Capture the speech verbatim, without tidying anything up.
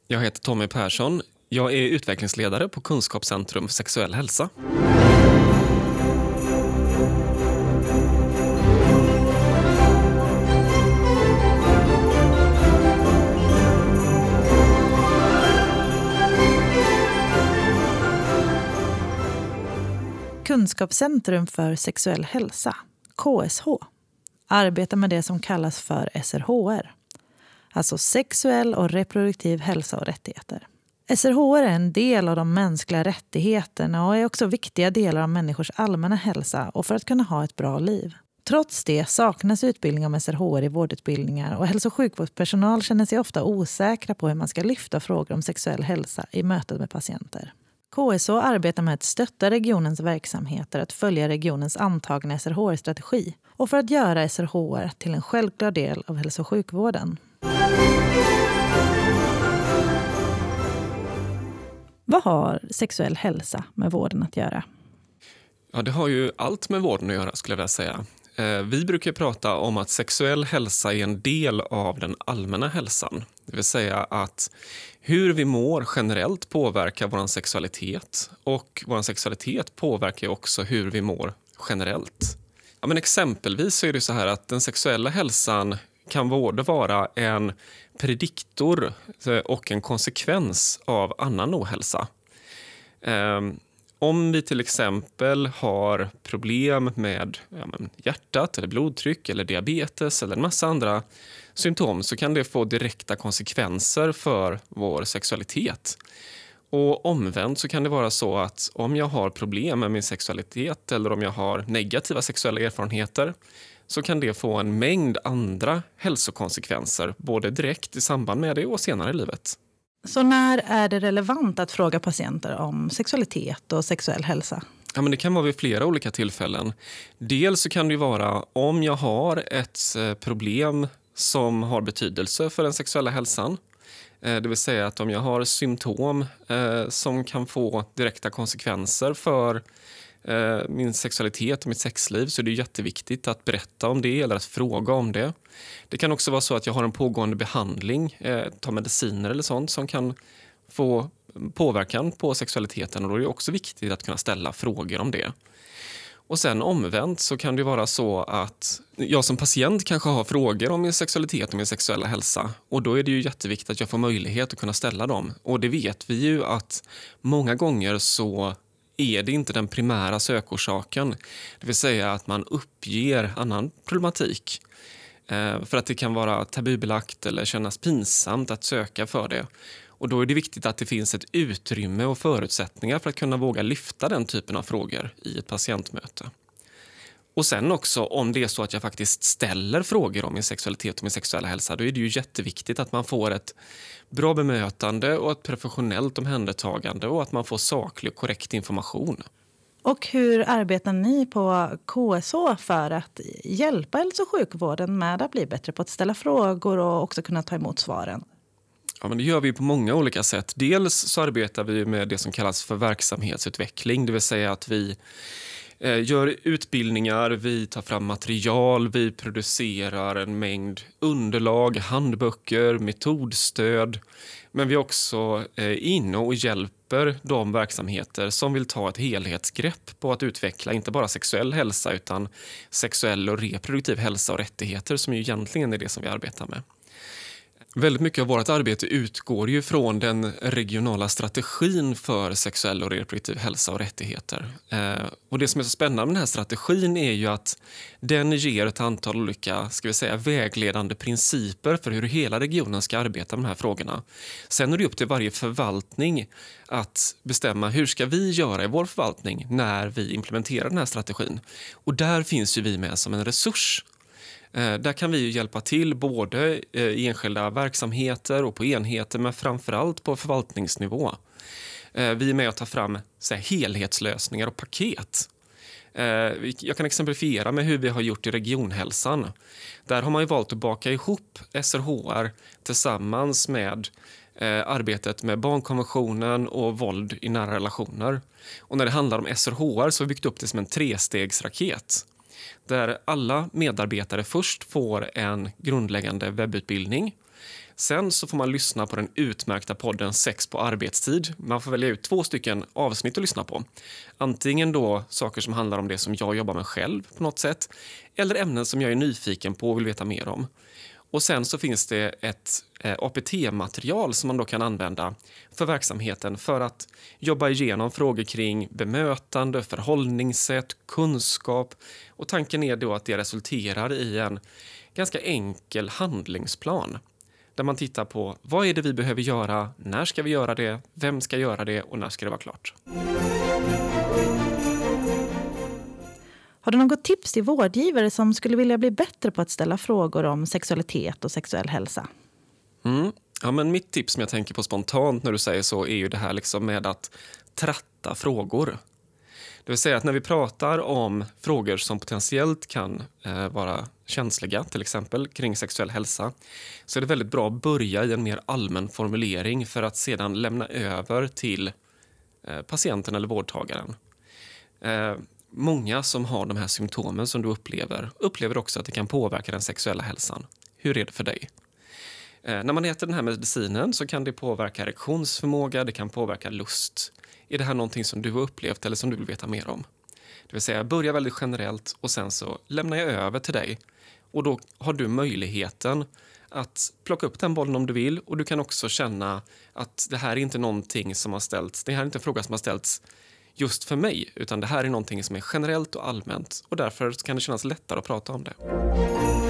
Jag heter Tommy Persson. Jag är utvecklingsledare på Kunskapscentrum för sexuell hälsa. Kunskapscentrum för sexuell hälsa, K S H, arbetar med det som kallas för S R H R. Alltså sexuell och reproduktiv hälsa och rättigheter. S R H R är en del av de mänskliga rättigheterna och är också viktiga delar av människors allmänna hälsa och för att kunna ha ett bra liv. Trots det saknas utbildning om S R H R i vårdutbildningar och hälso- och sjukvårdspersonal känner sig ofta osäkra på hur man ska lyfta frågor om sexuell hälsa i mötet med patienter. K S H arbetar med att stötta regionens verksamheter att följa regionens antagna S R H R-strategi och för att göra S R H R till en självklar del av hälso- och sjukvården. Vad har sexuell hälsa med vården att göra? Ja, det har ju allt med vården att göra skulle jag vilja säga. Vi brukar prata om att sexuell hälsa är en del av den allmänna hälsan. Det vill säga att hur vi mår generellt påverkar vår sexualitet och vår sexualitet påverkar också hur vi mår generellt. Ja, men exempelvis så är det så här att den sexuella hälsan kan både vara en prediktor och en konsekvens av annan ohälsa. Om vi till exempel har problem med ja, men hjärtat eller blodtryck eller diabetes eller en massa andra symptom så kan det få direkta konsekvenser för vår sexualitet. Och omvänt så kan det vara så att om jag har problem med min sexualitet eller om jag har negativa sexuella erfarenheter så kan det få en mängd andra hälsokonsekvenser både direkt i samband med det och senare i livet. Så när är det relevant att fråga patienter om sexualitet och sexuell hälsa? Ja, men det kan vara vid flera olika tillfällen. Dels så kan det vara om jag har ett problem som har betydelse för den sexuella hälsan. Det vill säga att om jag har symptom eh, som kan få direkta konsekvenser för eh, min sexualitet och mitt sexliv så är det jätteviktigt att berätta om det eller att fråga om det. Det kan också vara så att jag har en pågående behandling, eh, ta mediciner eller sånt som kan få påverkan på sexualiteten och då är det också viktigt att kunna ställa frågor om det. Och sen omvänt så kan det vara så att jag som patient kanske har frågor om min sexualitet och min sexuella hälsa. Och då är det ju jätteviktigt att jag får möjlighet att kunna ställa dem. Och det vet vi ju att många gånger så är det inte den primära sökorsaken. Det vill säga att man uppger annan problematik. För att det kan vara tabubelagt eller kännas pinsamt att söka för det. Och då är det viktigt att det finns ett utrymme och förutsättningar för att kunna våga lyfta den typen av frågor i ett patientmöte. Och sen också om det är så att jag faktiskt ställer frågor om min sexualitet och min sexuella hälsa, då är det ju jätteviktigt att man får ett bra bemötande och ett professionellt omhändertagande och att man får saklig och korrekt information. Och hur arbetar ni på K S H för att hjälpa hälso- och sjukvården med att bli bättre på att ställa frågor och också kunna ta emot svaren? Ja, men det gör vi på många olika sätt. Dels så arbetar vi med det som kallas för verksamhetsutveckling. Det vill säga att vi eh, gör utbildningar, vi tar fram material, vi producerar en mängd underlag, handböcker, metodstöd. Men vi är också eh, inne och hjälper de verksamheter som vill ta ett helhetsgrepp på att utveckla inte bara sexuell hälsa utan sexuell och reproduktiv hälsa och rättigheter som ju egentligen är det som vi arbetar med. Väldigt mycket av vårt arbete utgår ju från den regionala strategin för sexuell och reproduktiv hälsa och rättigheter. Eh, och det som är så spännande med den här strategin är ju att den ger ett antal olika, ska vi säga, vägledande principer för hur hela regionen ska arbeta med de här frågorna. Sen är det upp till varje förvaltning att bestämma hur ska vi göra i vår förvaltning när vi implementerar den här strategin. Och där finns ju vi med som en resurs. Där kan vi ju hjälpa till både i enskilda verksamheter och på enheter men framförallt på förvaltningsnivå. Vi är med att ta fram så här, helhetslösningar och paket. Jag kan exemplifiera med hur vi har gjort i regionhälsan. Där har man ju valt att baka ihop S R H R tillsammans med arbetet med barnkonventionen och våld i nära relationer. Och när det handlar om S R H R så har vi byggt upp det som en trestegsraket. Där alla medarbetare först får en grundläggande webbutbildning. Sen så får man lyssna på den utmärkta podden Sex på arbetstid. Man får välja ut två stycken avsnitt att lyssna på. Antingen då saker som handlar om det som jag jobbar med själv på något sätt, eller ämnen som jag är nyfiken på och vill veta mer om. Och sen så finns det ett eh, A P T-material som man då kan använda för verksamheten för att jobba igenom frågor kring bemötande, förhållningssätt, kunskap. Och tanken är då att det resulterar i en ganska enkel handlingsplan där man tittar på vad är det vi behöver göra, när ska vi göra det, vem ska göra det och när ska det vara klart. Har du något tips till vårdgivare som skulle vilja bli bättre på att ställa frågor om sexualitet och sexuell hälsa? Mm. Ja, men mitt tips som jag tänker på spontant när du säger så är ju det här liksom med att tratta frågor. Det vill säga att när vi pratar om frågor som potentiellt kan eh, vara känsliga, till exempel kring sexuell hälsa, så är det väldigt bra att börja i en mer allmän formulering för att sedan lämna över till eh, patienten eller vårdtagaren. Eh, många som har de här symptomen som du upplever, upplever också att det kan påverka den sexuella hälsan. Hur är det för dig? Eh, när man äter den här medicinen så kan det påverka erektionsförmåga, det kan påverka lust. Är det här någonting som du har upplevt eller som du vill veta mer om? Det vill säga, börja väldigt generellt och sen så lämnar jag över till dig. Och då har du möjligheten att plocka upp den bollen om du vill. Och du kan också känna att det här är inte någonting som har ställts. Det här är inte en fråga som har ställts just för mig. Utan det här är någonting som är generellt och allmänt. Och därför kan det kännas lättare att prata om det.